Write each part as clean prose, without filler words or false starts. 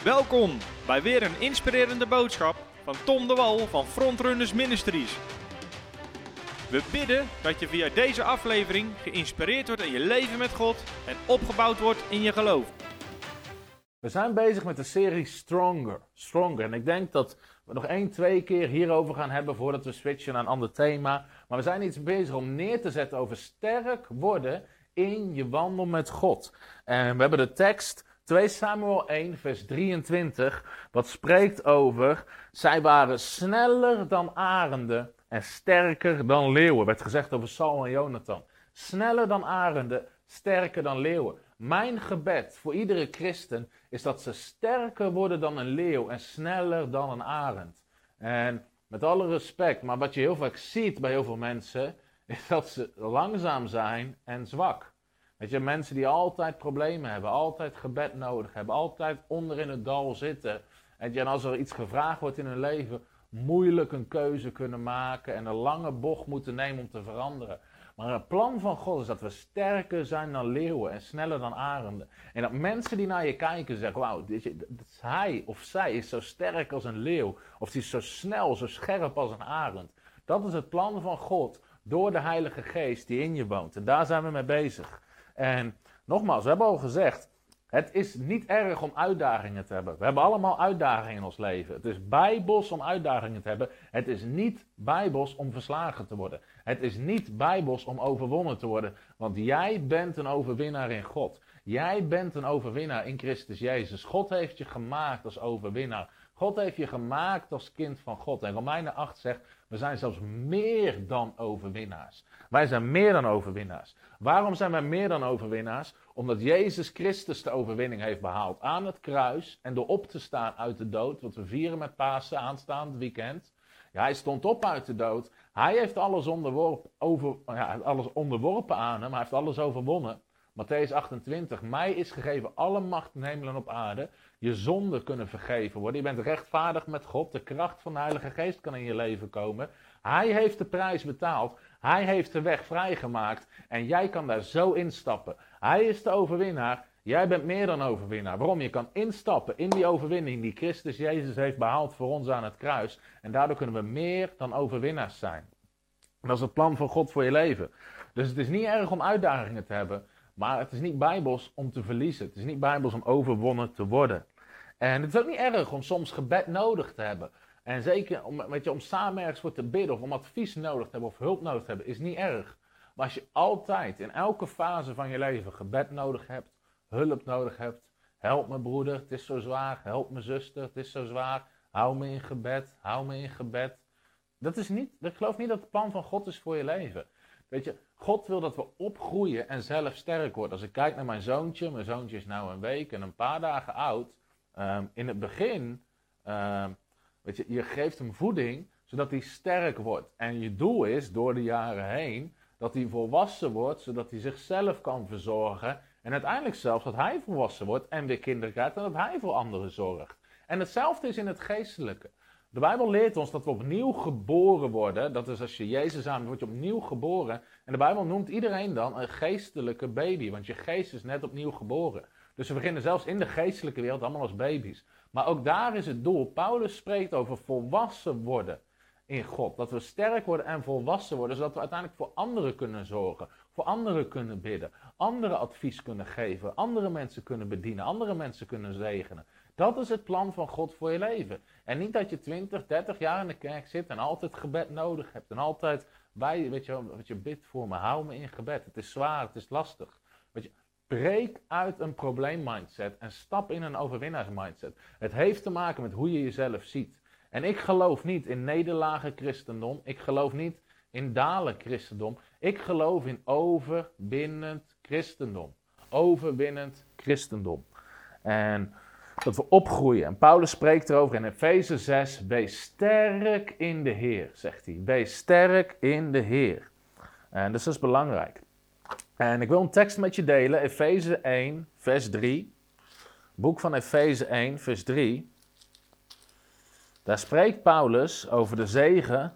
Welkom bij weer een inspirerende boodschap van Tom de Wal van Frontrunners Ministries. We bidden dat je via deze aflevering geïnspireerd wordt in je leven met God en opgebouwd wordt in je geloof. We zijn bezig met de serie Stronger. En ik denk dat we nog 1-2 keer hierover gaan hebben voordat we switchen naar een ander thema. Maar we zijn iets bezig om neer te zetten over sterk worden in je wandel met God. En we hebben de tekst 2 Samuel 1 vers 23, wat spreekt over: zij waren sneller dan arenden en sterker dan leeuwen. Werd gezegd over Saul en Jonathan. Sneller dan arenden, sterker dan leeuwen. Mijn gebed voor iedere christen is dat ze sterker worden dan een leeuw en sneller dan een arend. En met alle respect, maar wat je heel vaak ziet bij heel veel mensen, is dat ze langzaam zijn en zwak. Weet je, mensen die altijd problemen hebben, altijd gebed nodig hebben, altijd onder in het dal zitten. En als er iets gevraagd wordt in hun leven, moeilijk een keuze kunnen maken en een lange bocht moeten nemen om te veranderen. Maar het plan van God is dat we sterker zijn dan leeuwen en sneller dan arenden. En dat mensen die naar je kijken zeggen: wauw, hij of zij is zo sterk als een leeuw. Of die is zo snel, zo scherp als een arend. Dat is het plan van God door de Heilige Geest die in je woont. En daar zijn we mee bezig. En nogmaals, we hebben al gezegd, het is niet erg om uitdagingen te hebben. We hebben allemaal uitdagingen in ons leven. Het is bijbels om uitdagingen te hebben. Het is niet bijbels om verslagen te worden. Het is niet bijbels om overwonnen te worden. Want jij bent een overwinnaar in God. Jij bent een overwinnaar in Christus Jezus. God heeft je gemaakt als overwinnaar. God heeft je gemaakt als kind van God. En Romeinen 8 zegt, we zijn zelfs meer dan overwinnaars. Wij zijn meer dan overwinnaars. Waarom zijn wij meer dan overwinnaars? Omdat Jezus Christus de overwinning heeft behaald aan het kruis en door op te staan uit de dood, wat we vieren met Pasen aanstaand weekend. Ja, hij stond op uit de dood. Hij heeft alles onderworpen aan hem, hij heeft alles overwonnen. Matthäus 28, mij is gegeven alle macht in hemel en op aarde. Je zonden kunnen vergeven worden. Je bent rechtvaardig met God. De kracht van de Heilige Geest kan in je leven komen. Hij heeft de prijs betaald. Hij heeft de weg vrijgemaakt. En jij kan daar zo instappen. Hij is de overwinnaar. Jij bent meer dan overwinnaar. Waarom? Je kan instappen in die overwinning die Christus Jezus heeft behaald voor ons aan het kruis. En daardoor kunnen we meer dan overwinnaars zijn. En dat is het plan van God voor je leven. Dus het is niet erg om uitdagingen te hebben. Maar het is niet bijbels om te verliezen. Het is niet bijbels om overwonnen te worden. En het is ook niet erg om soms gebed nodig te hebben. En zeker om samen ergens voor te bidden of om advies nodig te hebben of hulp nodig te hebben, is niet erg. Maar als je altijd in elke fase van je leven gebed nodig hebt, hulp nodig hebt, help me broeder, het is zo zwaar, help me zuster, het is zo zwaar, hou me in gebed, hou me in gebed. Ik geloof niet dat het plan van God is voor je leven. Weet je, God wil dat we opgroeien en zelf sterk worden. Als ik kijk naar mijn zoontje is nou een week en een paar dagen oud. In het begin, weet je geeft hem voeding zodat hij sterk wordt. En je doel is, door de jaren heen, dat hij volwassen wordt, zodat hij zichzelf kan verzorgen. En uiteindelijk zelfs dat hij volwassen wordt en weer kinderen krijgt en dat hij voor anderen zorgt. En hetzelfde is in het geestelijke. De Bijbel leert ons dat we opnieuw geboren worden. Dat is als je Jezus aanneemt, word je opnieuw geboren. En de Bijbel noemt iedereen dan een geestelijke baby. Want je geest is net opnieuw geboren. Dus we beginnen zelfs in de geestelijke wereld allemaal als baby's. Maar ook daar is het doel. Paulus spreekt over volwassen worden in God. Dat we sterk worden en volwassen worden. Zodat we uiteindelijk voor anderen kunnen zorgen. Voor anderen kunnen bidden. Anderen advies kunnen geven. Andere mensen kunnen bedienen. Andere mensen kunnen zegenen. Dat is het plan van God voor je leven. En niet dat je 20, 30 jaar in de kerk zit en altijd gebed nodig hebt. En altijd weet je bidt voor me, hou me in gebed. Het is zwaar, het is lastig. Weet je, breek uit een probleemmindset en stap in een overwinnaarsmindset. Het heeft te maken met hoe je jezelf ziet. En ik geloof niet in nederlagen christendom. Ik geloof niet in dalen christendom. Ik geloof in overwinnend christendom. Overwinnend christendom. En dat we opgroeien. En Paulus spreekt erover in Efeze 6. Wees sterk in de Heer, zegt hij. Wees sterk in de Heer. En dus dat is belangrijk. En ik wil een tekst met je delen. Efeze 1, vers 3. Boek van Efeze 1, vers 3. Daar spreekt Paulus over de zegen,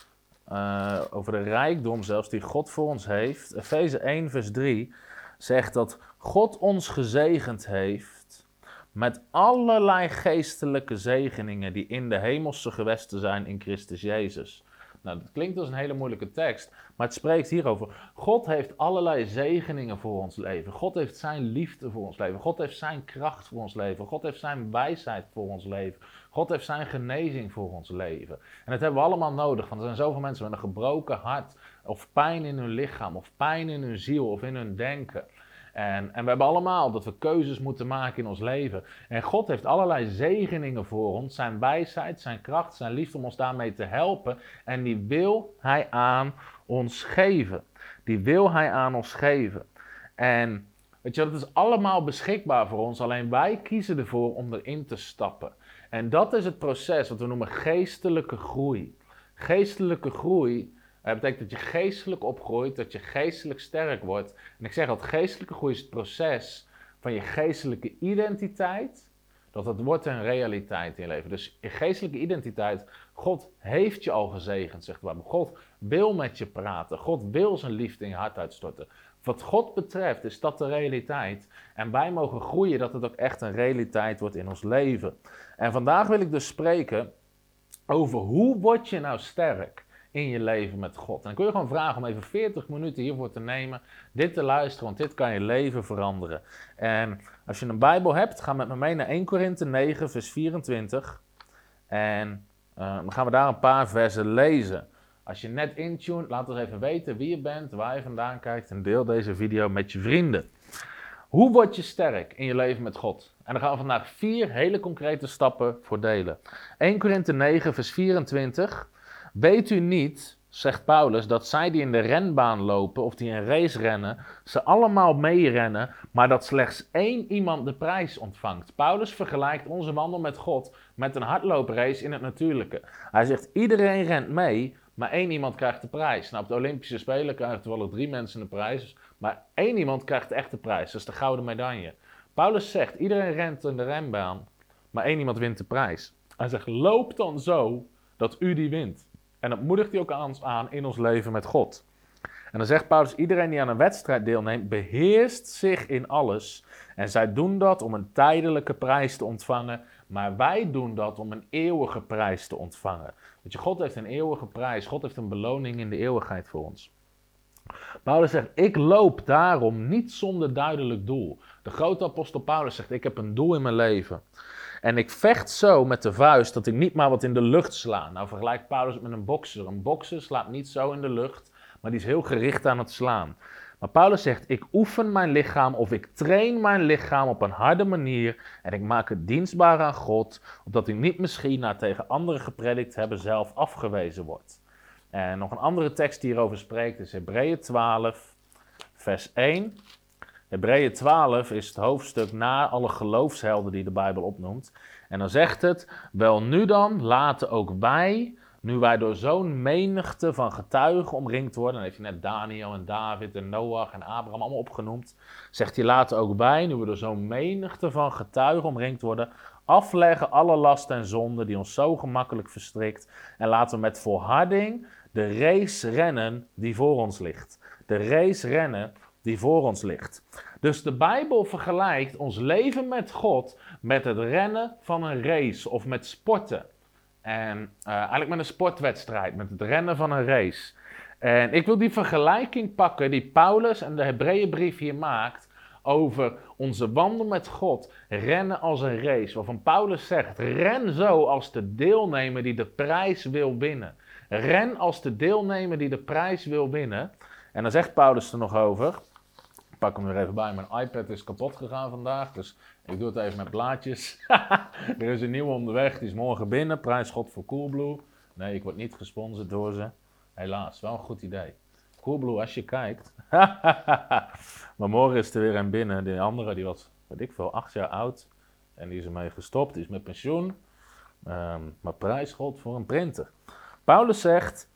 over de rijkdom zelfs die God voor ons heeft. Efeze 1, vers 3 zegt dat God ons gezegend heeft met allerlei geestelijke zegeningen die in de hemelse gewesten zijn in Christus Jezus. Nou, dat klinkt als een hele moeilijke tekst, maar het spreekt hierover. God heeft allerlei zegeningen voor ons leven. God heeft zijn liefde voor ons leven. God heeft zijn kracht voor ons leven. God heeft zijn wijsheid voor ons leven. God heeft zijn genezing voor ons leven. En dat hebben we allemaal nodig, want er zijn zoveel mensen met een gebroken hart, of pijn in hun lichaam, of pijn in hun ziel, of in hun denken. En we hebben allemaal dat we keuzes moeten maken in ons leven. En God heeft allerlei zegeningen voor ons. Zijn wijsheid, zijn kracht, zijn liefde om ons daarmee te helpen. En die wil hij aan ons geven. Die wil hij aan ons geven. En weet je, dat is allemaal beschikbaar voor ons. Alleen wij kiezen ervoor om erin te stappen. En dat is het proces wat we noemen geestelijke groei. Geestelijke groei dat betekent dat je geestelijk opgroeit, dat je geestelijk sterk wordt. En ik zeg altijd, geestelijke groei is het proces van je geestelijke identiteit, dat het wordt een realiteit in je leven. Dus je geestelijke identiteit, God heeft je al gezegend, zegt de Bijbel. God wil met je praten, God wil zijn liefde in je hart uitstorten. Wat God betreft is dat de realiteit. En wij mogen groeien dat het ook echt een realiteit wordt in ons leven. En vandaag wil ik dus spreken over hoe word je nou sterk in je leven met God. En ik wil je gewoon vragen om even 40 minuten hiervoor te nemen, dit te luisteren, want dit kan je leven veranderen. En als je een Bijbel hebt, ga met me mee naar 1 Korinthe 9, vers 24. En dan gaan we daar een paar versen lezen. Als je net intuned, laat ons even weten wie je bent, waar je vandaan kijkt en deel deze video met je vrienden. Hoe word je sterk in je leven met God? En daar gaan we vandaag 4 hele concrete stappen voor delen. 1 Korinthe 9, vers 24. Weet u niet, zegt Paulus, dat zij die in de renbaan lopen of die een race rennen, ze allemaal meerennen, maar dat slechts 1 iemand de prijs ontvangt. Paulus vergelijkt onze wandel met God met een hardlooprace in het natuurlijke. Hij zegt, iedereen rent mee, maar 1 iemand krijgt de prijs. Nou, op de Olympische Spelen krijgen toevallig 3 mensen de prijs, maar 1 iemand krijgt de echte prijs, dat is de gouden medaille. Paulus zegt, iedereen rent in de renbaan, maar 1 iemand wint de prijs. Hij zegt, loop dan zo dat u die wint. En dat moedigt hij ook aan in ons leven met God. En dan zegt Paulus, iedereen die aan een wedstrijd deelneemt, beheerst zich in alles. En zij doen dat om een tijdelijke prijs te ontvangen, maar wij doen dat om een eeuwige prijs te ontvangen. Weet je, God heeft een eeuwige prijs, God heeft een beloning in de eeuwigheid voor ons. Paulus zegt, ik loop daarom niet zonder duidelijk doel. De grote apostel Paulus zegt, ik heb een doel in mijn leven. En ik vecht zo met de vuist dat ik niet maar wat in de lucht sla. Nou vergelijkt Paulus het met een bokser. Een bokser slaat niet zo in de lucht, maar die is heel gericht aan het slaan. Maar Paulus zegt, ik oefen mijn lichaam of ik train mijn lichaam op een harde manier en ik maak het dienstbaar aan God, opdat ik niet misschien na tegen anderen gepredikt hebben zelf afgewezen word. En nog een andere tekst die hierover spreekt is Hebreeën 12, vers 1. Hebreeën 12 is het hoofdstuk na alle geloofshelden die de Bijbel opnoemt. En dan zegt het, wel nu dan laten ook wij, nu wij door zo'n menigte van getuigen omringd worden, dan heeft hij net Daniel en David en Noach en Abraham allemaal opgenoemd, zegt hij laten ook wij, nu we door zo'n menigte van getuigen omringd worden, afleggen alle last en zonde die ons zo gemakkelijk verstrikt en laten we met volharding de race rennen die voor ons ligt. De race rennen die voor ons ligt. Dus de Bijbel vergelijkt ons leven met God met het rennen van een race of met sporten. En eigenlijk met een sportwedstrijd, met het rennen van een race. En ik wil die vergelijking pakken die Paulus en de Hebreeënbrief hier maakt over onze wandel met God, rennen als een race. Waarvan Paulus zegt, ren zo als de deelnemer die de prijs wil winnen. Ren als de deelnemer die de prijs wil winnen. En dan zegt Paulus er nog over. Ik pak hem weer even bij. Mijn iPad is kapot gegaan vandaag, dus ik doe het even met blaadjes. Er is een nieuwe onderweg, die is morgen binnen. Prijs God voor Coolblue. Nee, ik word niet gesponsord door ze. Helaas, wel een goed idee. Coolblue, als je kijkt. Maar morgen is er weer een binnen. Die andere, die was, weet ik veel, 8 jaar oud. En die is ermee gestopt, die is met pensioen. Maar prijs God voor een printer. Paulus zegt,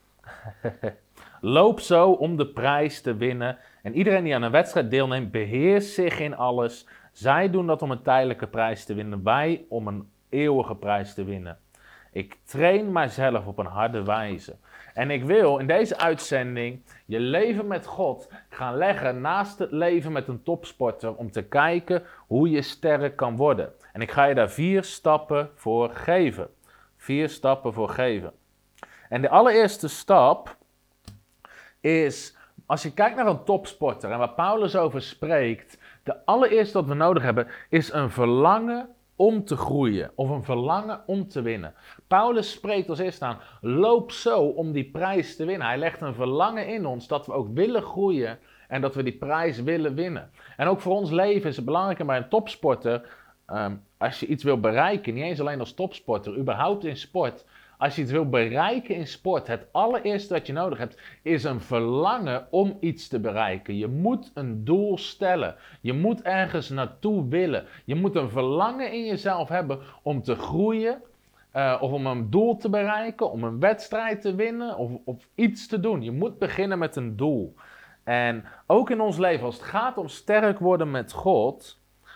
loop zo om de prijs te winnen. En iedereen die aan een wedstrijd deelneemt, beheerst zich in alles. Zij doen dat om een tijdelijke prijs te winnen, wij om een eeuwige prijs te winnen. Ik train mijzelf op een harde wijze. En ik wil in deze uitzending je leven met God gaan leggen naast het leven met een topsporter. Om te kijken hoe je sterk kan worden. En ik ga je daar 4 stappen voor geven. 4 stappen voor geven. En de allereerste stap is, als je kijkt naar een topsporter en waar Paulus over spreekt, de allereerste wat we nodig hebben is een verlangen om te groeien of een verlangen om te winnen. Paulus spreekt als eerste aan, loop zo om die prijs te winnen. Hij legt een verlangen in ons dat we ook willen groeien en dat we die prijs willen winnen. En ook voor ons leven is het belangrijk bij een topsporter, als je iets wil bereiken, niet eens alleen als topsporter, überhaupt in sport. Als je iets wil bereiken in sport, het allereerste wat je nodig hebt, is een verlangen om iets te bereiken. Je moet een doel stellen. Je moet ergens naartoe willen. Je moet een verlangen in jezelf hebben om te groeien, of om een doel te bereiken, om een wedstrijd te winnen, of iets te doen. Je moet beginnen met een doel. En ook in ons leven, als het gaat om sterk worden met God,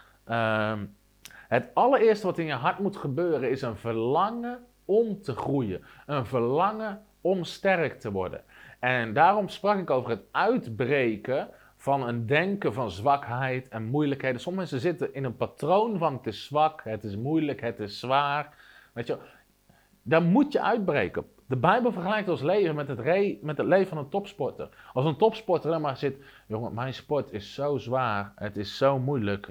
het allereerste wat in je hart moet gebeuren, is een verlangen om te groeien. Een verlangen om sterk te worden. En daarom sprak ik over het uitbreken van een denken van zwakheid en moeilijkheden. Sommige mensen zitten in een patroon van het is zwak, het is moeilijk, het is zwaar. Weet je, daar moet je uitbreken. De Bijbel vergelijkt ons leven met het leven van een topsporter. Als een topsporter alleen maar zit, jongen, mijn sport is zo zwaar, het is zo moeilijk,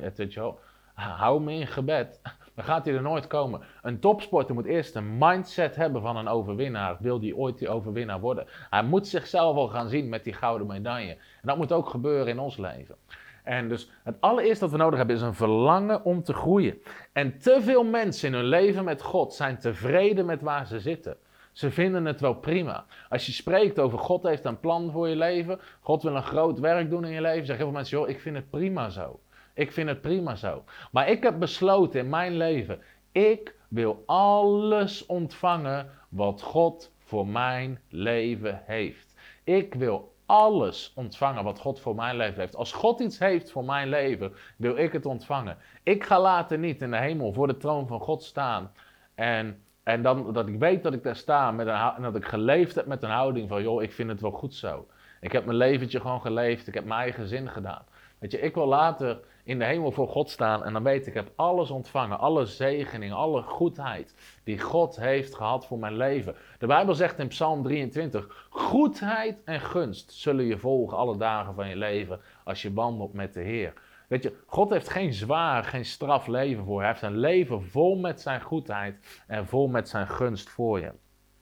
hou me in gebed. Dan gaat hij er nooit komen. Een topsporter moet eerst een mindset hebben van een overwinnaar. Wil die ooit die overwinnaar worden? Hij moet zichzelf al gaan zien met die gouden medaille. En dat moet ook gebeuren in ons leven. En dus het allereerste wat we nodig hebben is een verlangen om te groeien. En te veel mensen in hun leven met God zijn tevreden met waar ze zitten. Ze vinden het wel prima. Als je spreekt over God heeft een plan voor je leven. God wil een groot werk doen in je leven. Zeggen heel veel mensen, joh, ik vind het prima zo. Ik vind het prima zo. Maar ik heb besloten in mijn leven, ik wil alles ontvangen wat God voor mijn leven heeft. Ik wil alles ontvangen wat God voor mijn leven heeft. Als God iets heeft voor mijn leven, wil ik het ontvangen. Ik ga later niet in de hemel voor de troon van God staan. En dan dat ik weet dat ik daar sta en dat ik geleefd heb met een houding van, joh, ik vind het wel goed zo. Ik heb mijn leventje gewoon geleefd, ik heb mijn eigen zin gedaan. Weet je, ik wil later in de hemel voor God staan en dan weet ik heb alles ontvangen, alle zegening, alle goedheid die God heeft gehad voor mijn leven. De Bijbel zegt in Psalm 23, goedheid en gunst zullen je volgen alle dagen van je leven als je wandelt met de Heer. Weet je, God heeft geen zwaar, geen straf leven voor je. Hij heeft een leven vol met zijn goedheid en vol met zijn gunst voor je.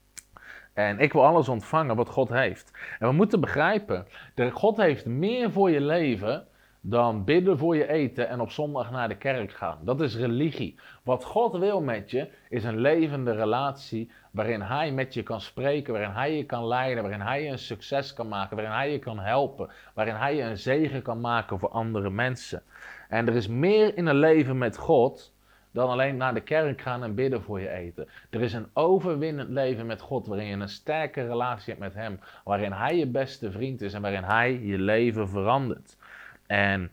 En ik wil alles ontvangen wat God heeft. En we moeten begrijpen, dat God heeft meer voor je leven dan bidden voor je eten en op zondag naar de kerk gaan. Dat is religie. Wat God wil met je is een levende relatie waarin hij met je kan spreken, waarin hij je kan leiden, waarin hij je een succes kan maken, waarin hij je kan helpen, waarin hij je een zegen kan maken voor andere mensen. En er is meer in een leven met God dan alleen naar de kerk gaan en bidden voor je eten. Er is een overwinnend leven met God waarin je een sterke relatie hebt met hem, waarin hij je beste vriend is en waarin hij je leven verandert. En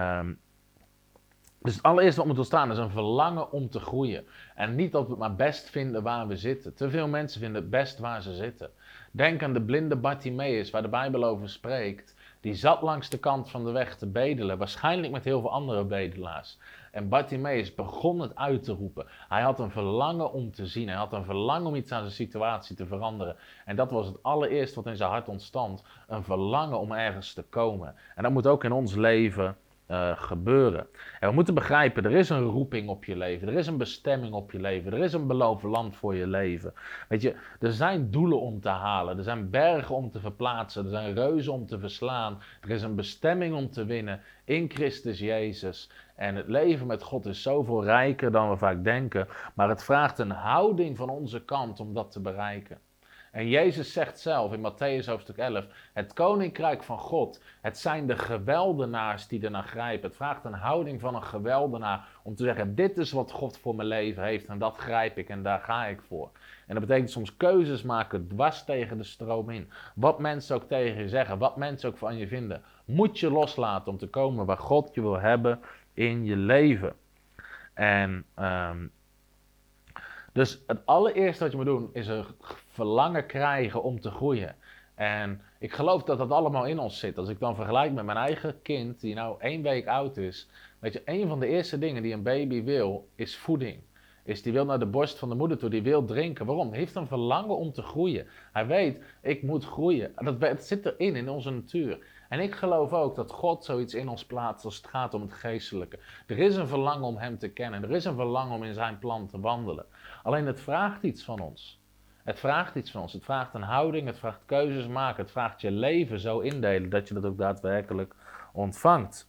dus het allereerste wat moet ontstaan is een verlangen om te groeien. En niet dat we het maar best vinden waar we zitten. Te veel mensen vinden het best waar ze zitten. Denk aan de blinde Bartimaeus, waar de Bijbel over spreekt. Die zat langs de kant van de weg te bedelen, waarschijnlijk met heel veel andere bedelaars. En Bartimaeus begon het uit te roepen. Hij had een verlangen om te zien. Hij had een verlangen om iets aan zijn situatie te veranderen. En dat was het allereerste wat in zijn hart ontstond. Een verlangen om ergens te komen. En dat moet ook in ons leven gebeuren. En we moeten begrijpen, er is een roeping op je leven. Er is een bestemming op je leven. Er is een beloofd land voor je leven. Weet je, er zijn doelen om te halen. Er zijn bergen om te verplaatsen. Er zijn reuzen om te verslaan. Er is een bestemming om te winnen in Christus Jezus. En het leven met God is zoveel rijker dan we vaak denken. Maar het vraagt een houding van onze kant om dat te bereiken. En Jezus zegt zelf in Mattheüs hoofdstuk 11, het koninkrijk van God, het zijn de geweldenaars die ernaar grijpen. Het vraagt een houding van een geweldenaar om te zeggen, dit is wat God voor mijn leven heeft en dat grijp ik en daar ga ik voor. En dat betekent soms keuzes maken dwars tegen de stroom in. Wat mensen ook tegen je zeggen, wat mensen ook van je vinden, moet je loslaten om te komen waar God je wil hebben in je leven. En Dus het allereerste wat je moet doen is een verlangen krijgen om te groeien. En ik geloof dat dat allemaal in ons zit. Als ik dan vergelijk met mijn eigen kind, die nou 1 week oud is. Weet je, een van de eerste dingen die een baby wil, is voeding. Die wil naar de borst van de moeder toe, die wil drinken. Waarom? Hij heeft een verlangen om te groeien. Hij weet, ik moet groeien. Dat zit erin, in onze natuur. En ik geloof ook dat God zoiets in ons plaatst als het gaat om het geestelijke. Er is een verlangen om hem te kennen. Er is een verlangen om in zijn plan te wandelen. Alleen het vraagt iets van ons. Het vraagt iets van ons. Het vraagt een houding, het vraagt keuzes maken. Het vraagt je leven zo indelen dat je dat ook daadwerkelijk ontvangt.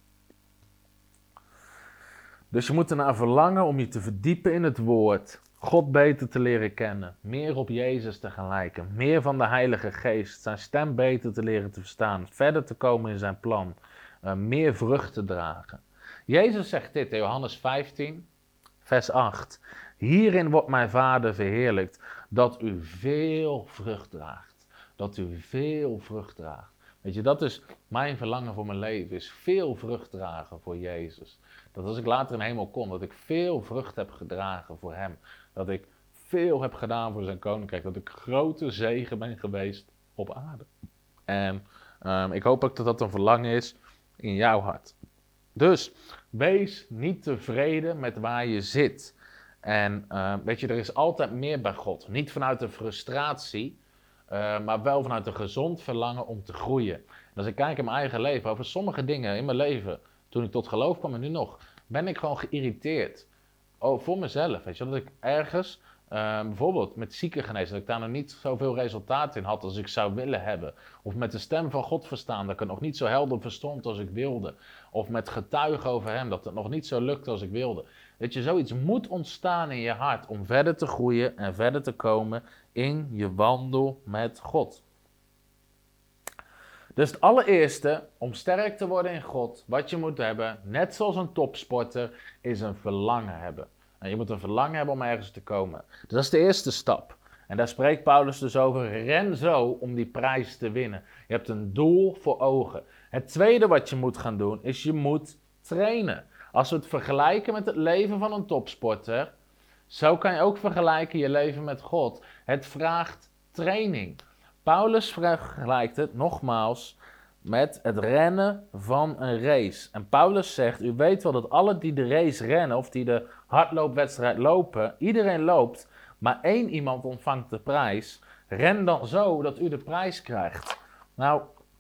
Dus je moet ernaar verlangen om je te verdiepen in het woord. God beter te leren kennen. Meer op Jezus te gaan lijken. Meer van de Heilige Geest. Zijn stem beter te leren te verstaan. Verder te komen in zijn plan. Meer vrucht te dragen. Jezus zegt dit in Johannes 15, vers 8. Hierin wordt mijn Vader verheerlijkt, dat u veel vrucht draagt. Dat u veel vrucht draagt. Weet je, dat is mijn verlangen voor mijn leven, is veel vrucht dragen voor Jezus. Dat als ik later in de hemel kom, dat ik veel vrucht heb gedragen voor hem. Dat ik veel heb gedaan voor zijn koninkrijk. Dat ik grote zegen ben geweest op aarde. En ik hoop ook dat dat een verlangen is in jouw hart. Dus wees niet tevreden met waar je zit. En weet je, er is altijd meer bij God. Niet vanuit een frustratie, maar wel vanuit een gezond verlangen om te groeien. En als ik kijk in mijn eigen leven, over sommige dingen in mijn leven, toen ik tot geloof kwam en nu nog, ben ik gewoon geïrriteerd. Voor mezelf, weet je, dat ik ergens, bijvoorbeeld met ziekengenezen, dat ik daar nog niet zoveel resultaat in had als ik zou willen hebben. Of met de stem van God verstaan, dat ik het nog niet zo helder verstond als ik wilde. Of met getuigen over hem, dat het nog niet zo lukte als ik wilde. Weet je, zoiets moet ontstaan in je hart om verder te groeien en verder te komen in je wandel met God. Dus het allereerste, om sterk te worden in God, wat je moet hebben, net zoals een topsporter, is een verlangen hebben. En je moet een verlangen hebben om ergens te komen. Dus dat is de eerste stap. En daar spreekt Paulus dus over, ren zo om die prijs te winnen. Je hebt een doel voor ogen. Het tweede wat je moet gaan doen, is je moet trainen. Als we het vergelijken met het leven van een topsporter, zo kan je ook vergelijken je leven met God. Het vraagt training. Paulus vergelijkt het nogmaals met het rennen van een race. En Paulus zegt, u weet wel dat alle die de race rennen of die de hardloopwedstrijd lopen, iedereen loopt, maar 1 iemand ontvangt de prijs. Ren dan zo dat u de prijs krijgt. Nou,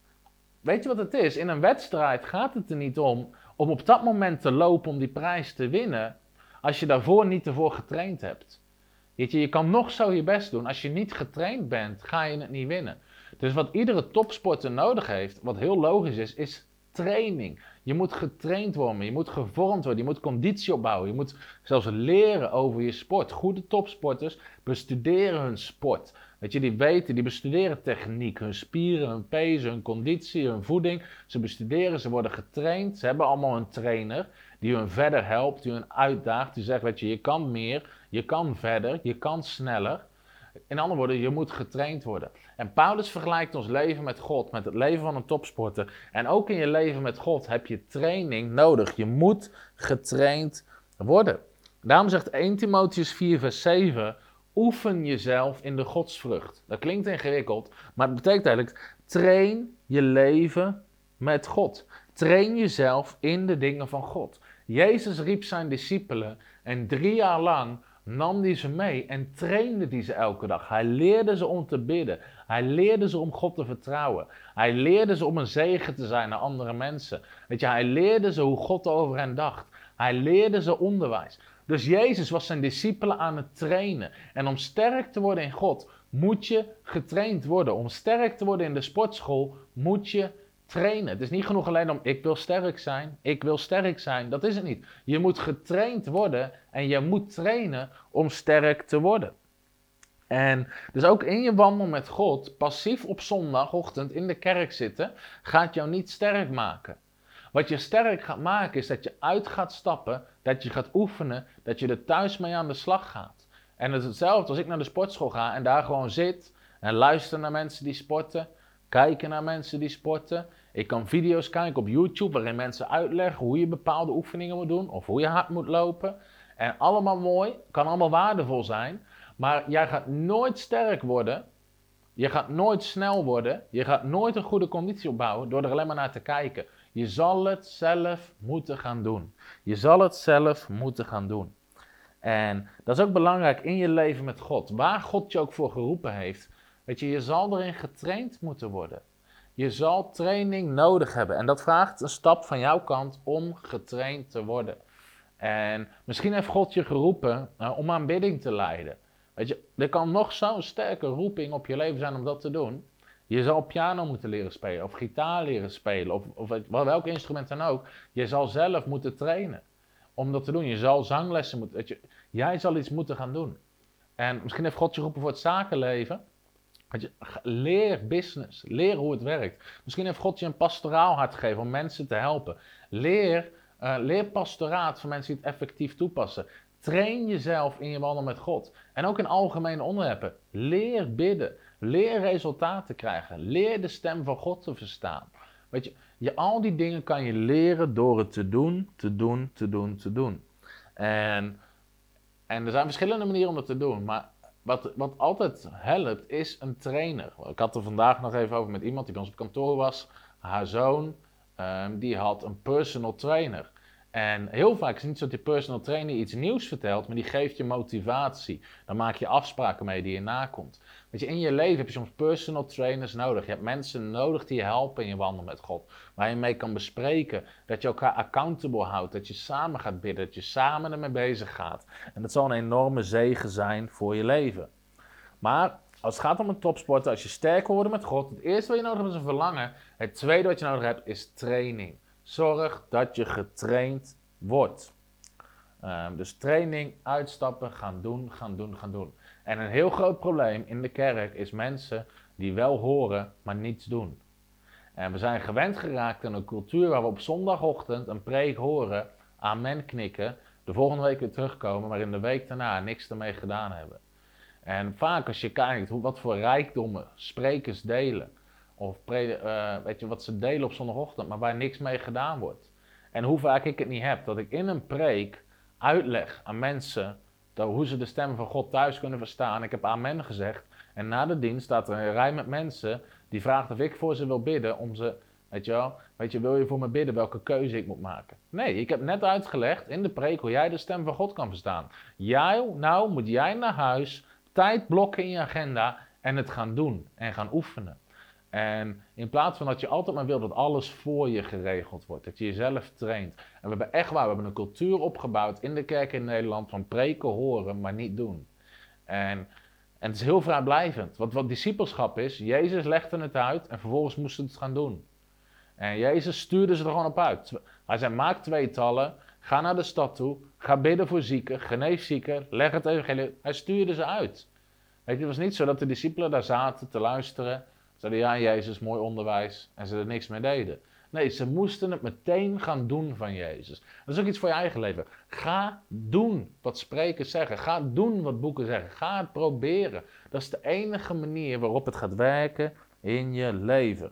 weet je wat het is? In een wedstrijd gaat het er niet om op dat moment te lopen om die prijs te winnen, als je daarvoor niet ervoor getraind hebt. Weet je kan nog zo je best doen. Als je niet getraind bent, ga je het niet winnen. Dus wat iedere topsporter nodig heeft, wat heel logisch is training. Je moet getraind worden, je moet gevormd worden, je moet conditie opbouwen. Je moet zelfs leren over je sport. Goede topsporters bestuderen hun sport. Weet je, die bestuderen techniek, hun spieren, hun pezen, hun conditie, hun voeding. Ze bestuderen, ze worden getraind. Ze hebben allemaal een trainer die hun verder helpt, die hun uitdaagt. Die zegt, weet je kan meer, je kan verder, je kan sneller. In andere woorden, je moet getraind worden. En Paulus vergelijkt ons leven met God, met het leven van een topsporter. En ook in je leven met God heb je training nodig. Je moet getraind worden. Daarom zegt 1 Timotheüs 4 vers 7, oefen jezelf in de godsvrucht. Dat klinkt ingewikkeld, maar het betekent eigenlijk, train je leven met God. Train jezelf in de dingen van God. Jezus riep zijn discipelen en 3 jaar lang nam hij ze mee en trainde die ze elke dag. Hij leerde ze om te bidden. Hij leerde ze om God te vertrouwen. Hij leerde ze om een zegen te zijn naar andere mensen. Weet je, hij leerde ze hoe God over hen dacht. Hij leerde ze onderwijs. Dus Jezus was zijn discipelen aan het trainen. En om sterk te worden in God, moet je getraind worden. Om sterk te worden in de sportschool, moet je trainen. Het is niet genoeg alleen om ik wil sterk zijn. Dat is het niet. Je moet getraind worden en je moet trainen om sterk te worden. En dus ook in je wandel met God, passief op zondagochtend in de kerk zitten, gaat jou niet sterk maken. Wat je sterk gaat maken is dat je uit gaat stappen, dat je gaat oefenen, dat je er thuis mee aan de slag gaat. En het is hetzelfde als ik naar de sportschool ga en daar gewoon zit en luister naar mensen die sporten, kijken naar mensen die sporten. Ik kan video's kijken op YouTube waarin mensen uitleggen hoe je bepaalde oefeningen moet doen of hoe je hard moet lopen. En allemaal mooi, kan allemaal waardevol zijn, maar jij gaat nooit sterk worden, je gaat nooit snel worden, je gaat nooit een goede conditie opbouwen door er alleen maar naar te kijken. Je zal het zelf moeten gaan doen. Je zal het zelf moeten gaan doen. En dat is ook belangrijk in je leven met God. Waar God je ook voor geroepen heeft. Weet je, je zal erin getraind moeten worden. Je zal training nodig hebben. En dat vraagt een stap van jouw kant om getraind te worden. En misschien heeft God je geroepen om aanbidding te leiden. Weet je, er kan nog zo'n sterke roeping op je leven zijn om dat te doen. Je zal piano moeten leren spelen of gitaar leren spelen of welk instrument dan ook. Je zal zelf moeten trainen om dat te doen. Je zal zanglessen moeten, weet je, jij zal iets moeten gaan doen. En misschien heeft God je geroepen voor het zakenleven. Weet je, leer business, leer hoe het werkt. Misschien heeft God je een pastoraal hart gegeven om mensen te helpen. Leer pastoraat van mensen die het effectief toepassen. Train jezelf in je wandel met God. En ook in algemene onderwerpen. Leer bidden. Leer resultaten krijgen. Leer de stem van God te verstaan. Weet je, al die dingen kan je leren door het te doen. En er zijn verschillende manieren om dat te doen. Maar wat altijd helpt is een trainer. Ik had er vandaag nog even over met iemand die bij ons op kantoor was. Haar zoon, die had een personal trainer. En heel vaak is het niet zo dat die personal trainer iets nieuws vertelt, maar die geeft je motivatie. Dan maak je afspraken mee die je nakomt. Weet je, in je leven heb je soms personal trainers nodig. Je hebt mensen nodig die je helpen in je wandel met God. Waar je mee kan bespreken. Dat je elkaar accountable houdt. Dat je samen gaat bidden. Dat je samen ermee bezig gaat. En dat zal een enorme zegen zijn voor je leven. Maar als het gaat om een topsporter, als je sterker wordt met God, het eerste wat je nodig hebt is een verlangen. Het tweede wat je nodig hebt is training. Zorg dat je getraind wordt. Dus training, uitstappen, gaan doen. En een heel groot probleem in de kerk is mensen die wel horen, maar niets doen. En we zijn gewend geraakt aan een cultuur waar we op zondagochtend een preek horen, amen knikken, de volgende week weer terugkomen, maar in de week daarna niks ermee gedaan hebben. En vaak als je kijkt wat voor rijkdommen sprekers delen, of weet je wat ze delen op zondagochtend, maar waar niks mee gedaan wordt. En hoe vaak ik het niet heb, dat ik in een preek uitleg aan mensen hoe ze de stem van God thuis kunnen verstaan. Ik heb amen gezegd en na de dienst staat er een rij met mensen die vraagt of ik voor ze wil bidden om ze, weet je, wil je voor me bidden welke keuze ik moet maken? Nee, ik heb net uitgelegd in de preek hoe jij de stem van God kan verstaan. Nou moet jij naar huis, tijd blokken in je agenda en het gaan doen en gaan oefenen. En in plaats van dat je altijd maar wil dat alles voor je geregeld wordt, dat je jezelf traint. En we hebben echt we hebben een cultuur opgebouwd in de kerk in Nederland van preken horen, maar niet doen. En het is heel vrijblijvend. Wat discipelschap is, Jezus legde het uit en vervolgens moesten ze het gaan doen. En Jezus stuurde ze er gewoon op uit. Hij zei, maak tweetallen, ga naar de stad toe, ga bidden voor zieken, genees zieken, leg het evangelie. Hij stuurde ze uit. Weet je, het was niet zo dat de discipelen daar zaten te luisteren. Zeiden, ja Jezus, mooi onderwijs. En ze er niks mee deden. Nee, ze moesten het meteen gaan doen van Jezus. Dat is ook iets voor je eigen leven. Ga doen wat sprekers zeggen. Ga doen wat boeken zeggen. Ga het proberen. Dat is de enige manier waarop het gaat werken in je leven.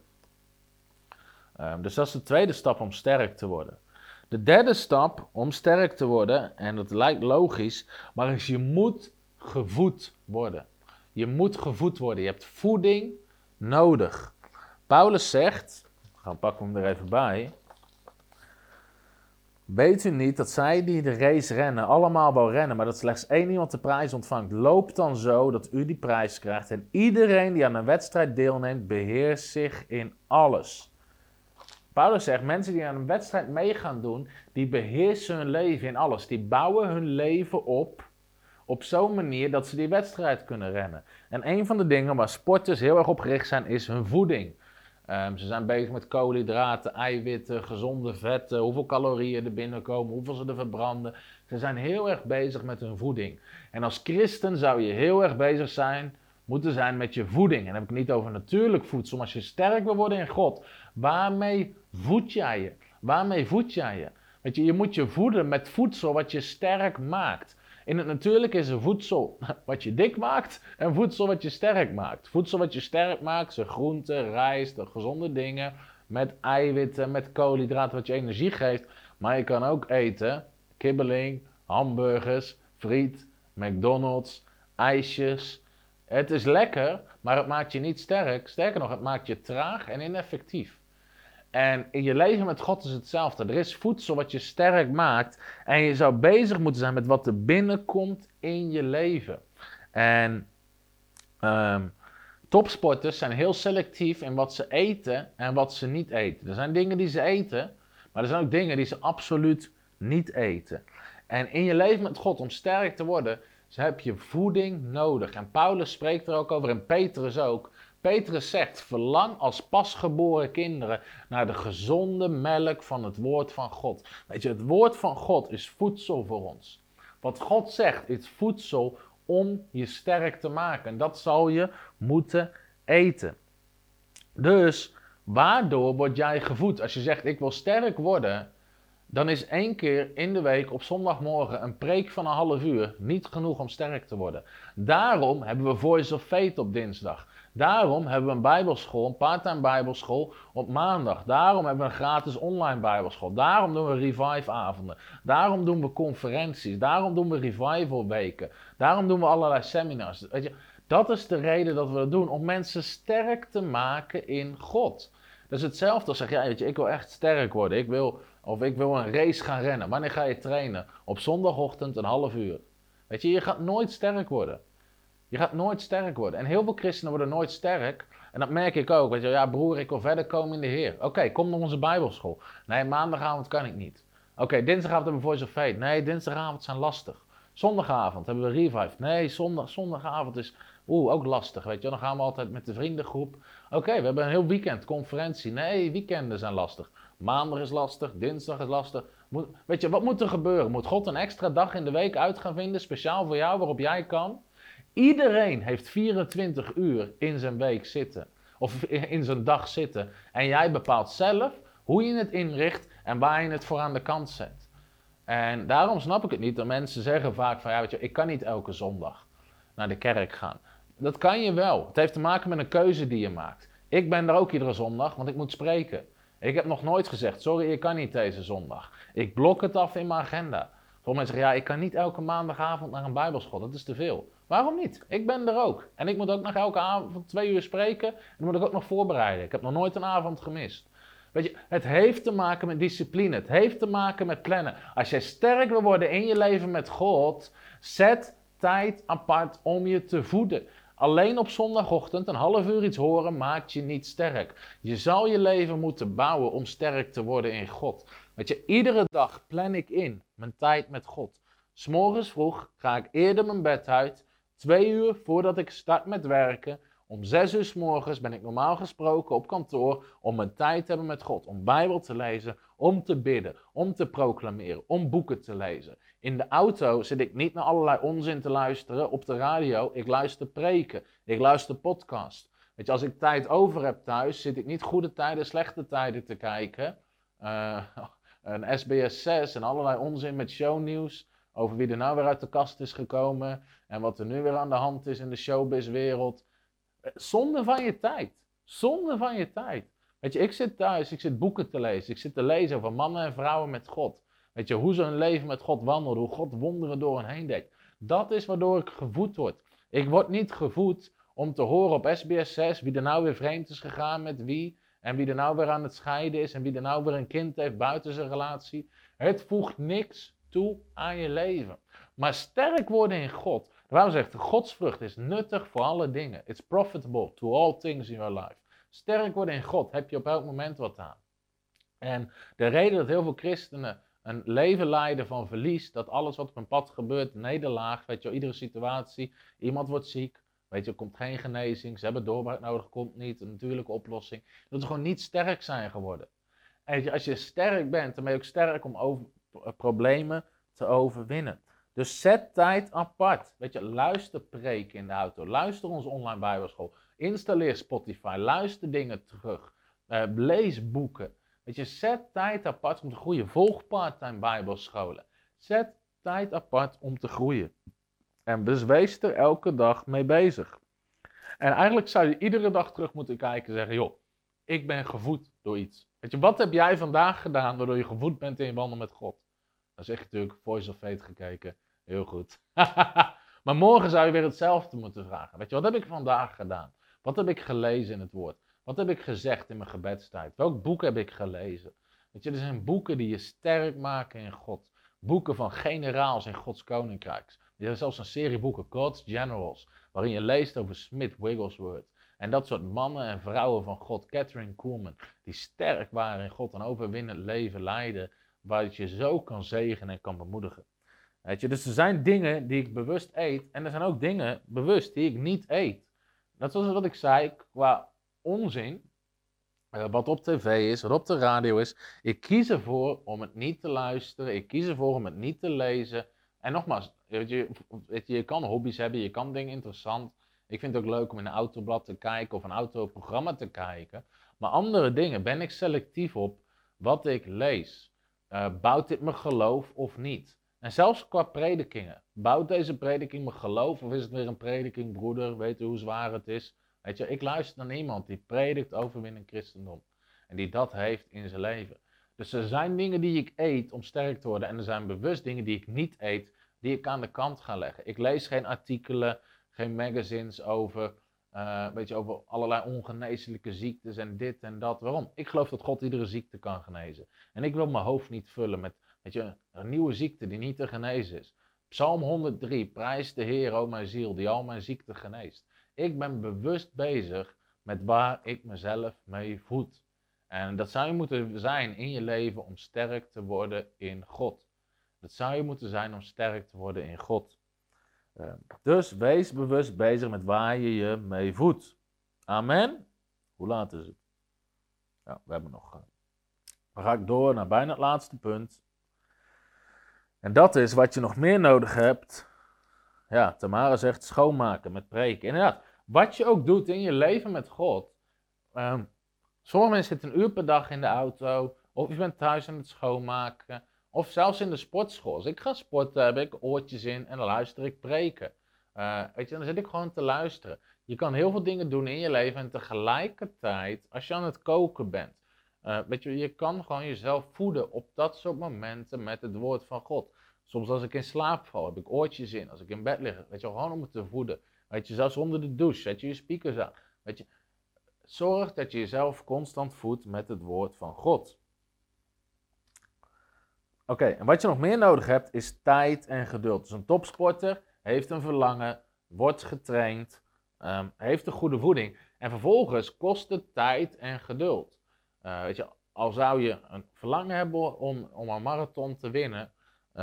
Dus dat is de tweede stap om sterk te worden. De derde stap om sterk te worden, en dat lijkt logisch, maar is je moet gevoed worden. Je moet gevoed worden. Je hebt voeding nodig. Paulus zegt, gaan pakken we hem er even bij. Weet u niet dat zij die de race rennen, allemaal wel rennen, maar dat slechts één iemand de prijs ontvangt? Loop dan zo dat u die prijs krijgt. En iedereen die aan een wedstrijd deelneemt, beheerst zich in alles. Paulus zegt, mensen die aan een wedstrijd mee gaan doen, die beheersen hun leven in alles. Die bouwen hun leven op zo'n manier dat ze die wedstrijd kunnen rennen. En een van de dingen waar sporters heel erg op gericht zijn, is hun voeding. Ze zijn bezig met koolhydraten, eiwitten, gezonde vetten, hoeveel calorieën er binnenkomen, hoeveel ze er verbranden. Ze zijn heel erg bezig met hun voeding. En als christen zou je heel erg bezig moeten zijn met je voeding. En dan heb ik het niet over natuurlijk voedsel, maar als je sterk wil worden in God, waarmee voed jij je? Waarmee voed jij je? Weet je moet je voeden met voedsel wat je sterk maakt. In het natuurlijk is er voedsel wat je dik maakt en voedsel wat je sterk maakt. Voedsel wat je sterk maakt zijn groenten, rijst, gezonde dingen met eiwitten, met koolhydraten wat je energie geeft. Maar je kan ook eten kibbeling, Hamburgers, friet, McDonald's, ijsjes. Het is lekker, maar het maakt je niet sterk. Sterker nog, het maakt je traag en ineffectief. En in je leven met God is hetzelfde. Er is voedsel wat je sterk maakt. En je zou bezig moeten zijn met wat er binnenkomt in je leven. En topsporters zijn heel selectief in wat ze eten en wat ze niet eten. Er zijn dingen die ze eten, maar er zijn ook dingen die ze absoluut niet eten. En in je leven met God, om sterk te worden, heb je voeding nodig. En Paulus spreekt er ook over, en Petrus ook. Petrus zegt, verlang als pasgeboren kinderen naar de gezonde melk van het woord van God. Weet je, het woord van God is voedsel voor ons. Wat God zegt is voedsel om je sterk te maken. En dat zal je moeten eten. Dus, waardoor word jij gevoed? Als je zegt, ik wil sterk worden, dan is 1 keer in de week op zondagmorgen een preek van een half uur niet genoeg om sterk te worden. Daarom hebben we Voice of Faith op dinsdag. Daarom hebben we een bijbelschool, een parttime bijbelschool op maandag. Daarom hebben we een gratis online bijbelschool. Daarom doen we revive-avonden. Daarom doen we conferenties. Daarom doen we revival-weken. Daarom doen we allerlei seminars. Weet je, dat is de reden dat we dat doen, om mensen sterk te maken in God. Dat is hetzelfde als zeg, ja, weet je, ik wil echt sterk worden. Ik wil een race gaan rennen. Wanneer ga je trainen? Op zondagochtend een half uur. Weet je, je gaat nooit sterk worden. Je gaat nooit sterk worden. En heel veel christenen worden nooit sterk. En dat merk ik ook. Weet je, ja broer, ik wil verder komen in de Heer. Oké, kom naar onze bijbelschool. Nee, maandagavond kan ik niet. Oké, dinsdagavond hebben we Voice of Faith. Nee, dinsdagavond zijn lastig. Zondagavond hebben we Revive. Nee, zondagavond is ook lastig. Weet je, dan gaan we altijd met de vriendengroep. Oké, we hebben een heel weekend conferentie. Nee, weekenden zijn lastig. Maandag is lastig, dinsdag is lastig. Weet je, wat moet er gebeuren? Moet God een extra dag in de week uit gaan vinden, speciaal voor jou, waarop jij kan? Iedereen heeft 24 uur in zijn week zitten. Of in zijn dag zitten. En jij bepaalt zelf hoe je het inricht en waar je het voor aan de kant zet. En daarom snap ik het niet dat mensen zeggen vaak van, ja weet je, ik kan niet elke zondag naar de kerk gaan. Dat kan je wel. Het heeft te maken met een keuze die je maakt. Ik ben er ook iedere zondag, want ik moet spreken. Ik heb nog nooit gezegd, sorry, ik kan niet deze zondag. Ik blok het af in mijn agenda. Sommige mensen zeggen, ja, ik kan niet elke maandagavond naar een bijbelschool, dat is te veel. Waarom niet? Ik ben er ook. En ik moet ook nog elke avond 2 uur spreken. En dan moet ik ook nog voorbereiden. Ik heb nog nooit een avond gemist. Weet je, het heeft te maken met discipline. Het heeft te maken met plannen. Als jij sterk wil worden in je leven met God, zet tijd apart om je te voeden. Alleen op zondagochtend een half uur iets horen maakt je niet sterk. Je zal je leven moeten bouwen om sterk te worden in God. Weet je, iedere dag plan ik in mijn tijd met God. 'S Morgens vroeg ga ik eerder mijn bed uit. 2 uur voordat ik start met werken. Om 6 uur 's morgens ben ik normaal gesproken op kantoor om mijn tijd te hebben met God. Om Bijbel te lezen, om te bidden, om te proclameren, om boeken te lezen. In de auto zit ik niet naar allerlei onzin te luisteren op de radio. Ik luister preken, ik luister podcast. Weet je, als ik tijd over heb thuis, zit ik niet goede tijden, slechte tijden te kijken. Een SBS 6 en allerlei onzin met shownieuws. Over wie er nou weer uit de kast is gekomen. En wat er nu weer aan de hand is in de showbizwereld. Zonde van je tijd. Zonde van je tijd. Weet je, ik zit thuis, ik zit boeken te lezen. Ik zit te lezen over mannen en vrouwen met God. Weet je, hoe ze hun leven met God wandelen. Hoe God wonderen door hen heen deed. Dat is waardoor ik gevoed word. Ik word niet gevoed om te horen op SBS 6 wie er nou weer vreemd is gegaan met wie. En wie er nou weer aan het scheiden is. En wie er nou weer een kind heeft buiten zijn relatie. Het voegt niks toe aan je leven. Maar sterk worden in God. De Bijbel zegt, de godsvrucht is nuttig voor alle dingen. It's profitable to all things in your life. Sterk worden in God heb je op elk moment wat aan. En de reden dat heel veel christenen een leven leiden van verlies, dat alles wat op hun pad gebeurt, nederlaag, weet je wel, iedere situatie, iemand wordt ziek, weet je, er komt geen genezing, ze hebben doorbraak nodig, komt niet, een natuurlijke oplossing. Dat ze gewoon niet sterk zijn geworden. En weet je, als je sterk bent, dan ben je ook sterk om problemen te overwinnen. Dus zet tijd apart. Weet je, luister preken in de auto. Luister onze online bijbelschool. Installeer Spotify. Luister dingen terug. Lees boeken. Weet je, zet tijd apart om te groeien. Volg parttime bijbelscholen. Zet tijd apart om te groeien. En dus wees er elke dag mee bezig. En eigenlijk zou je iedere dag terug moeten kijken en zeggen, joh, ik ben gevoed door iets. Weet je, wat heb jij vandaag gedaan waardoor je gevoed bent in je wandel met God? Dan zeg je natuurlijk Voice of Fate gekeken. Heel goed. Maar morgen zou je weer hetzelfde moeten vragen. Weet je, wat heb ik vandaag gedaan? Wat heb ik gelezen in het woord? Wat heb ik gezegd in mijn gebedstijd? Welk boek heb ik gelezen? Weet je, er zijn boeken die je sterk maken in God. Boeken van generaals in Gods Koninkrijk. Er is zelfs een serie boeken, God's Generals, waarin je leest over Smith Wigglesworth. En dat soort mannen en vrouwen van God, Catherine Kuhlman, die sterk waren in God en overwinnend leven leiden, waar je zo kan zegenen en kan bemoedigen. Weet je, dus er zijn dingen die ik bewust eet en er zijn ook dingen bewust die ik niet eet. Dat was wat ik zei qua onzin, wat op tv is, wat op de radio is. Ik kies ervoor om het niet te luisteren, ik kies ervoor om het niet te lezen. En nogmaals, je kan hobby's hebben, je kan dingen interessant. Ik vind het ook leuk om in een autoblad te kijken of een autoprogramma te kijken. Maar andere dingen ben ik selectief op wat ik lees. Bouwt dit mijn geloof of niet? En zelfs qua predikingen. Bouwt deze prediking mijn geloof of is het weer een prediking, broeder? Weet u hoe zwaar het is? Weet je, ik luister naar iemand die predikt overwinnend christendom. En die dat heeft in zijn leven. Dus er zijn dingen die ik eet om sterk te worden. En er zijn bewust dingen die ik niet eet, die ik aan de kant ga leggen. Ik lees geen artikelen, geen magazines over, over allerlei ongeneeslijke ziektes en dit en dat. Waarom? Ik geloof dat God iedere ziekte kan genezen. En ik wil mijn hoofd niet vullen met een nieuwe ziekte die niet te genezen is. Psalm 103, prijs de Heer, o mijn ziel, die al mijn ziekte geneest. Ik ben bewust bezig met waar ik mezelf mee voed. En dat zou je moeten zijn in je leven om sterk te worden in God. Dat zou je moeten zijn om sterk te worden in God. Dus wees bewust bezig met waar je je mee voedt. Amen. Hoe laat is het? Ja, we hebben nog. Dan ga ik door naar bijna het laatste punt. En dat is wat je nog meer nodig hebt. Ja, Tamara zegt schoonmaken met preken. Inderdaad, wat je ook doet in je leven met God. Sommige mensen zitten 1 uur per dag in de auto. Of je bent thuis aan het schoonmaken. Of zelfs in de sportschool. Als ik ga sporten heb ik oortjes in en dan luister ik preken. Dan zit ik gewoon te luisteren. Je kan heel veel dingen doen in je leven en tegelijkertijd, als je aan het koken bent. Je kan gewoon jezelf voeden op dat soort momenten met het woord van God. Soms als ik in slaap val, heb ik oortjes in. Als ik in bed lig, gewoon om het te voeden. Zelfs onder de douche, zet je speakers aan. Zorg dat je jezelf constant voedt met het woord van God. Oké, en wat je nog meer nodig hebt is tijd en geduld. Dus een topsporter heeft een verlangen, wordt getraind, heeft een goede voeding. En vervolgens kost het tijd en geduld. Al zou je een verlangen hebben om een marathon te winnen,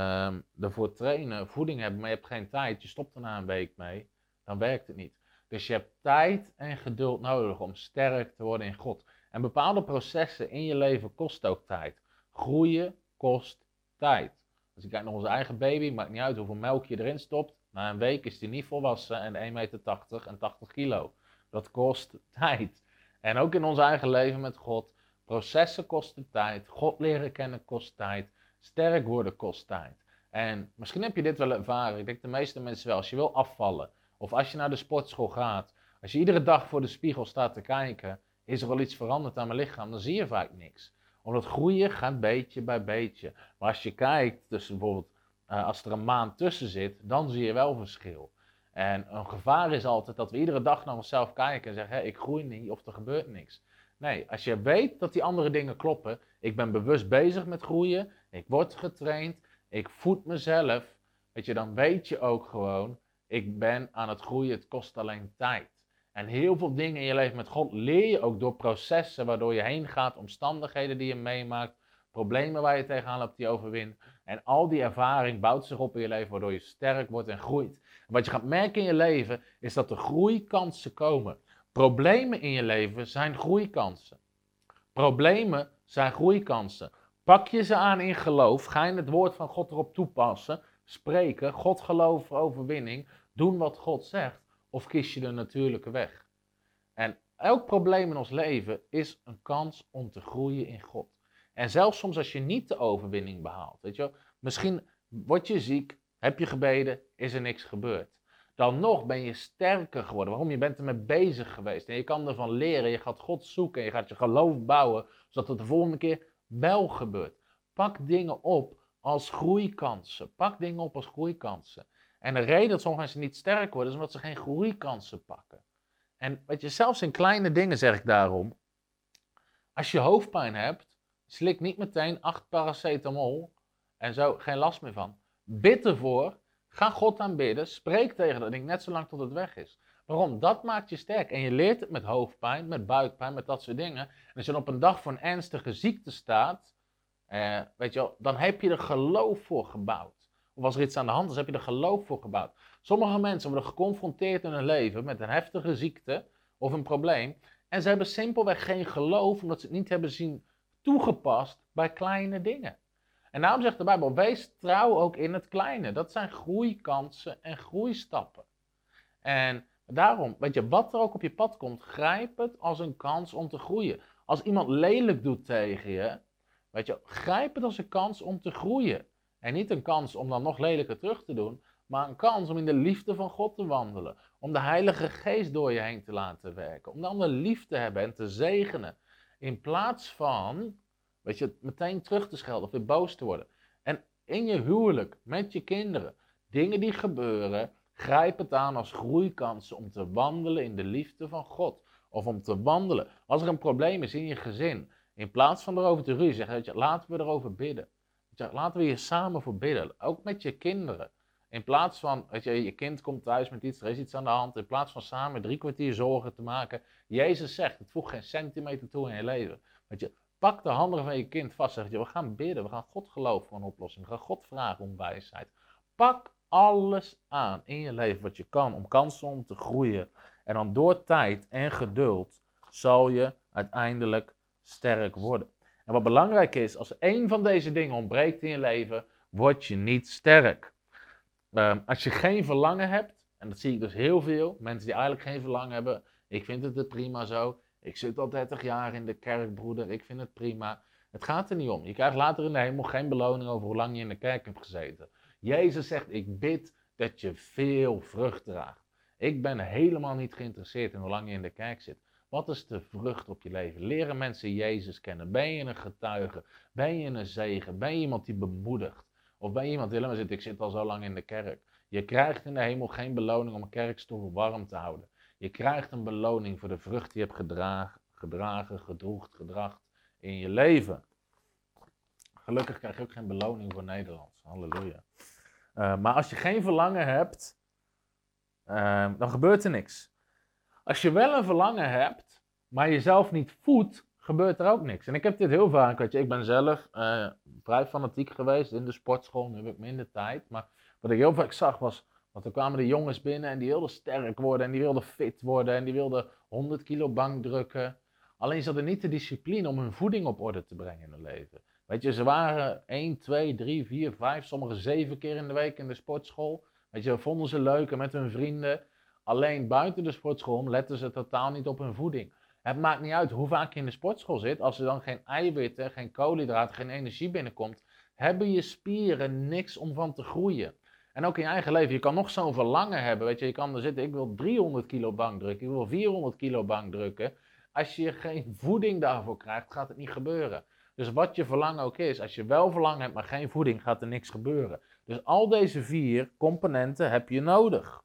ervoor trainen, voeding hebben, maar je hebt geen tijd, je stopt er na een week mee, dan werkt het niet. Dus je hebt tijd en geduld nodig om sterk te worden in God. En bepaalde processen in je leven kosten ook tijd. Groeien kost tijd. Als je kijkt naar onze eigen baby, maakt niet uit hoeveel melk je erin stopt. Na een week is die niet volwassen en 1,80 meter en 80 kilo. Dat kost tijd. En ook in ons eigen leven met God. Processen kosten tijd. God leren kennen kost tijd. Sterk worden kost tijd. En misschien heb je dit wel ervaren. Ik denk de meeste mensen wel. Als je wil afvallen. Of als je naar de sportschool gaat. Als je iedere dag voor de spiegel staat te kijken. Is er wel iets veranderd aan mijn lichaam? Dan zie je vaak niks. Omdat groeien gaat beetje bij beetje. Maar als je kijkt, dus bijvoorbeeld als er een maand tussen zit, dan zie je wel verschil. En een gevaar is altijd dat we iedere dag naar onszelf kijken en zeggen, ik groei niet of er gebeurt niks. Nee, als je weet dat die andere dingen kloppen, ik ben bewust bezig met groeien, ik word getraind, ik voed mezelf, dan weet je ook gewoon, ik ben aan het groeien, het kost alleen tijd. En heel veel dingen in je leven met God leer je ook door processen waardoor je heen gaat, omstandigheden die je meemaakt, problemen waar je tegenaan loopt die je overwint. En al die ervaring bouwt zich op in je leven waardoor je sterk wordt en groeit. En wat je gaat merken in je leven is dat er groeikansen komen. Problemen in je leven zijn groeikansen. Problemen zijn groeikansen. Pak je ze aan in geloof, ga je het woord van God erop toepassen, spreken, God geloven, overwinning, doen wat God zegt. Of kies je de natuurlijke weg? En elk probleem in ons leven is een kans om te groeien in God. En zelfs soms als je niet de overwinning behaalt. Misschien word je ziek, heb je gebeden, is er niks gebeurd. Dan nog ben je sterker geworden. Waarom? Je bent ermee bezig geweest. En je kan ervan leren, je gaat God zoeken, je gaat je geloof bouwen, zodat het de volgende keer wel gebeurt. Pak dingen op als groeikansen. Pak dingen op als groeikansen. En de reden dat sommige mensen niet sterk worden, is omdat ze geen groeikansen pakken. En weet je, zelfs in kleine dingen zeg ik daarom. Als je hoofdpijn hebt, slik niet meteen 8 paracetamol en zo, geen last meer van. Bid ervoor, ga God aanbidden, spreek tegen dat ding net zo lang tot het weg is. Waarom? Dat maakt je sterk. En je leert het met hoofdpijn, met buikpijn, met dat soort dingen. En als je dan op een dag voor een ernstige ziekte staat, weet je wel, dan heb je er geloof voor gebouwd. Of als er iets aan de hand is, heb je er geloof voor gebouwd. Sommige mensen worden geconfronteerd in hun leven met een heftige ziekte of een probleem. En ze hebben simpelweg geen geloof, omdat ze het niet hebben zien toegepast bij kleine dingen. En daarom zegt de Bijbel, wees trouw ook in het kleine. Dat zijn groeikansen en groeistappen. En daarom, weet je, wat er ook op je pad komt, grijp het als een kans om te groeien. Als iemand lelijk doet tegen je, weet je, grijp het als een kans om te groeien. En niet een kans om dan nog lelijker terug te doen, maar een kans om in de liefde van God te wandelen. Om de Heilige Geest door je heen te laten werken. Om de ander lief te hebben en te zegenen. In plaats van, weet je, meteen terug te schelden of weer boos te worden. En in je huwelijk, met je kinderen, dingen die gebeuren, grijp het aan als groeikansen om te wandelen in de liefde van God. Of om te wandelen. Als er een probleem is in je gezin, in plaats van erover te ruzie, zeg, weet je, laten we erover bidden. Weet je, laten we hier samen voor bidden. Ook met je kinderen. In plaats van, weet je kind komt thuis met iets, er is iets aan de hand. In plaats van samen 3 kwartier zorgen te maken. Jezus zegt, het voegt geen centimeter toe in je leven. Weet je, pak de handen van je kind vast. Zeg je, we gaan bidden, we gaan God geloven voor een oplossing. We gaan God vragen om wijsheid. Pak alles aan in je leven wat je kan om kansen om te groeien. En dan door tijd en geduld zal je uiteindelijk sterk worden. En wat belangrijk is, als één van deze dingen ontbreekt in je leven, word je niet sterk. Als je geen verlangen hebt, en dat zie ik dus heel veel, mensen die eigenlijk geen verlangen hebben, ik vind het prima zo, ik zit al 30 jaar in de kerk, broeder, ik vind het prima. Het gaat er niet om. Je krijgt later in de hemel geen beloning over hoe lang je in de kerk hebt gezeten. Jezus zegt, ik bid dat je veel vrucht draagt. Ik ben helemaal niet geïnteresseerd in hoe lang je in de kerk zit. Wat is de vrucht op je leven? Leren mensen Jezus kennen? Ben je een getuige? Ben je een zegen? Ben je iemand die bemoedigt? Of ben je iemand die helemaal zit, ik zit al zo lang in de kerk. Je krijgt in de hemel geen beloning om een kerkstoel warm te houden. Je krijgt een beloning voor de vrucht die je hebt gedraagd in je leven. Gelukkig krijg je ook geen beloning voor Nederlands. Halleluja. Maar als je geen verlangen hebt, dan gebeurt er niks. Als je wel een verlangen hebt, maar jezelf niet voedt, gebeurt er ook niks. En ik heb dit heel vaak, weet je, ik ben zelf vrij fanatiek geweest in de sportschool, nu heb ik minder tijd. Maar wat ik heel vaak zag was, want er kwamen de jongens binnen en die wilden sterk worden en die wilden fit worden en die wilden 100 kilo bankdrukken. Alleen ze hadden niet de discipline om hun voeding op orde te brengen in hun leven. Weet je, ze waren 1, 2, 3, 4, 5, sommigen 7 keer in de week in de sportschool. Weet je, vonden ze leuk en met hun vrienden. Alleen buiten de sportschool letten ze totaal niet op hun voeding. Het maakt niet uit hoe vaak je in de sportschool zit. Als er dan geen eiwitten, geen koolhydraten, geen energie binnenkomt, hebben je spieren niks om van te groeien. En ook in je eigen leven, je kan nog zo'n verlangen hebben. Weet je kan er zitten, ik wil 300 kilo bankdrukken, ik wil 400 kilo bankdrukken. Als je geen voeding daarvoor krijgt, gaat het niet gebeuren. Dus wat je verlangen ook is, als je wel verlangen hebt, maar geen voeding, gaat er niks gebeuren. Dus al deze 4 componenten heb je nodig.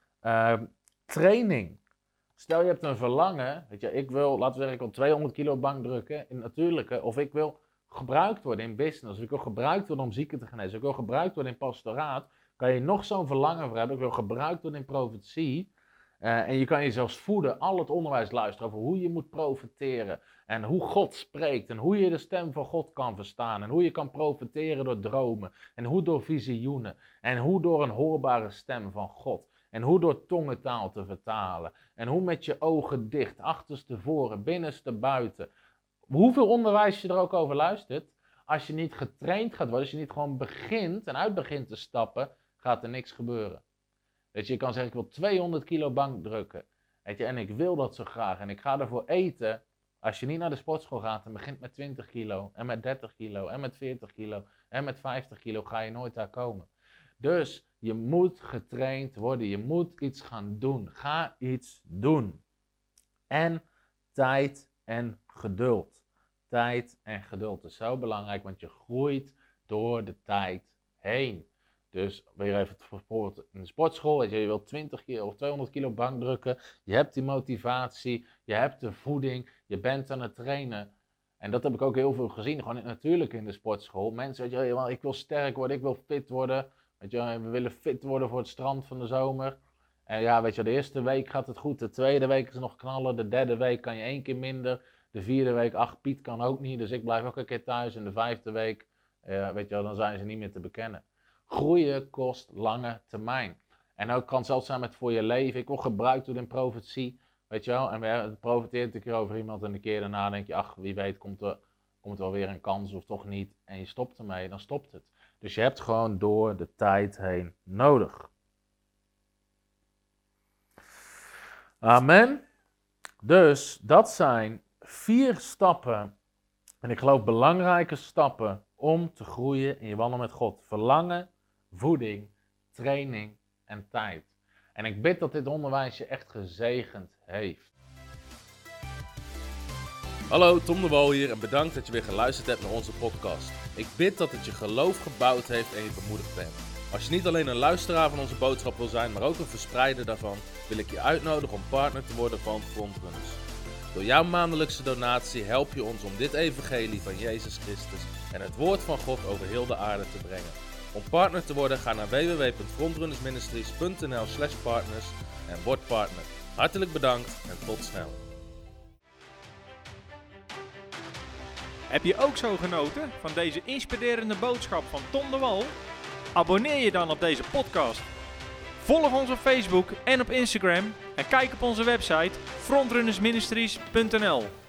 Training. Stel je hebt een verlangen, weet je, ik wil, laten we zeggen, ik wil 200 kilo bankdrukken in natuurlijke, of ik wil gebruikt worden in business, of ik wil gebruikt worden om zieken te genezen, ik wil gebruikt worden in pastoraat, kan je nog zo'n verlangen voor hebben, ik wil gebruikt worden in profetie, en je kan je zelfs voeden, al het onderwijs luisteren over hoe je moet profeteren, en hoe God spreekt, en hoe je de stem van God kan verstaan, en hoe je kan profeteren door dromen, en hoe door visioenen, en hoe door een hoorbare stem van God. En hoe door tongentaal te vertalen. En hoe met je ogen dicht, achterstevoren, binnenste buiten. Hoeveel onderwijs je er ook over luistert. Als je niet getraind gaat worden, als je niet gewoon begint en uit begint te stappen, gaat er niks gebeuren. Weet je kan zeggen, ik wil 200 kilo bankdrukken. Weet je, en ik wil dat zo graag. En ik ga ervoor eten. Als je niet naar de sportschool gaat en begint met 20 kilo. En met 30 kilo. En met 40 kilo. En met 50 kilo ga je nooit daar komen. Dus je moet getraind worden, je moet iets gaan doen. Ga iets doen. En tijd en geduld. Tijd en geduld is zo belangrijk, want je groeit door de tijd heen. Dus weer even bijvoorbeeld in de sportschool, weet je wilt 20 kilo of 200 kilo bankdrukken, je hebt die motivatie, je hebt de voeding, je bent aan het trainen. En dat heb ik ook heel veel gezien, gewoon natuurlijk in de sportschool. Mensen, weet je, ik wil sterk worden, ik wil fit worden. Weet je, we willen fit worden voor het strand van de zomer. En ja, weet je, de eerste week gaat het goed, de tweede week is nog knallen, de derde week kan je 1 keer minder. De vierde week, ach, Piet kan ook niet, dus ik blijf ook een keer thuis. En de vijfde week, weet je wel, dan zijn ze niet meer te bekennen. Groeien kost lange termijn. En ook kan zelfs zijn met voor je leven. Ik word gebruikt door een profetie, weet je wel. En we profiteert een keer over iemand en een keer daarna denk je, ach, wie weet komt er wel weer een kans of toch niet. En je stopt ermee, dan stopt het. Dus je hebt gewoon door de tijd heen nodig. Amen. Dus dat zijn 4 stappen, en ik geloof belangrijke stappen om te groeien in je wandel met God. Verlangen, voeding, training en tijd. En ik bid dat dit onderwijs je echt gezegend heeft. Hallo, Tom de Wal hier en bedankt dat je weer geluisterd hebt naar onze podcast. Ik bid dat het je geloof gebouwd heeft en je bemoedigd bent. Als je niet alleen een luisteraar van onze boodschap wil zijn, maar ook een verspreider daarvan, wil ik je uitnodigen om partner te worden van Frontrunners. Door jouw maandelijkse donatie help je ons om dit evangelie van Jezus Christus en het woord van God over heel de aarde te brengen. Om partner te worden, ga naar www.frontrunnersministries.nl/partners en word partner. Hartelijk bedankt en tot snel. Heb je ook zo genoten van deze inspirerende boodschap van Tom de Wal? Abonneer je dan op deze podcast. Volg ons op Facebook en op Instagram en kijk op onze website frontrunnersministries.nl.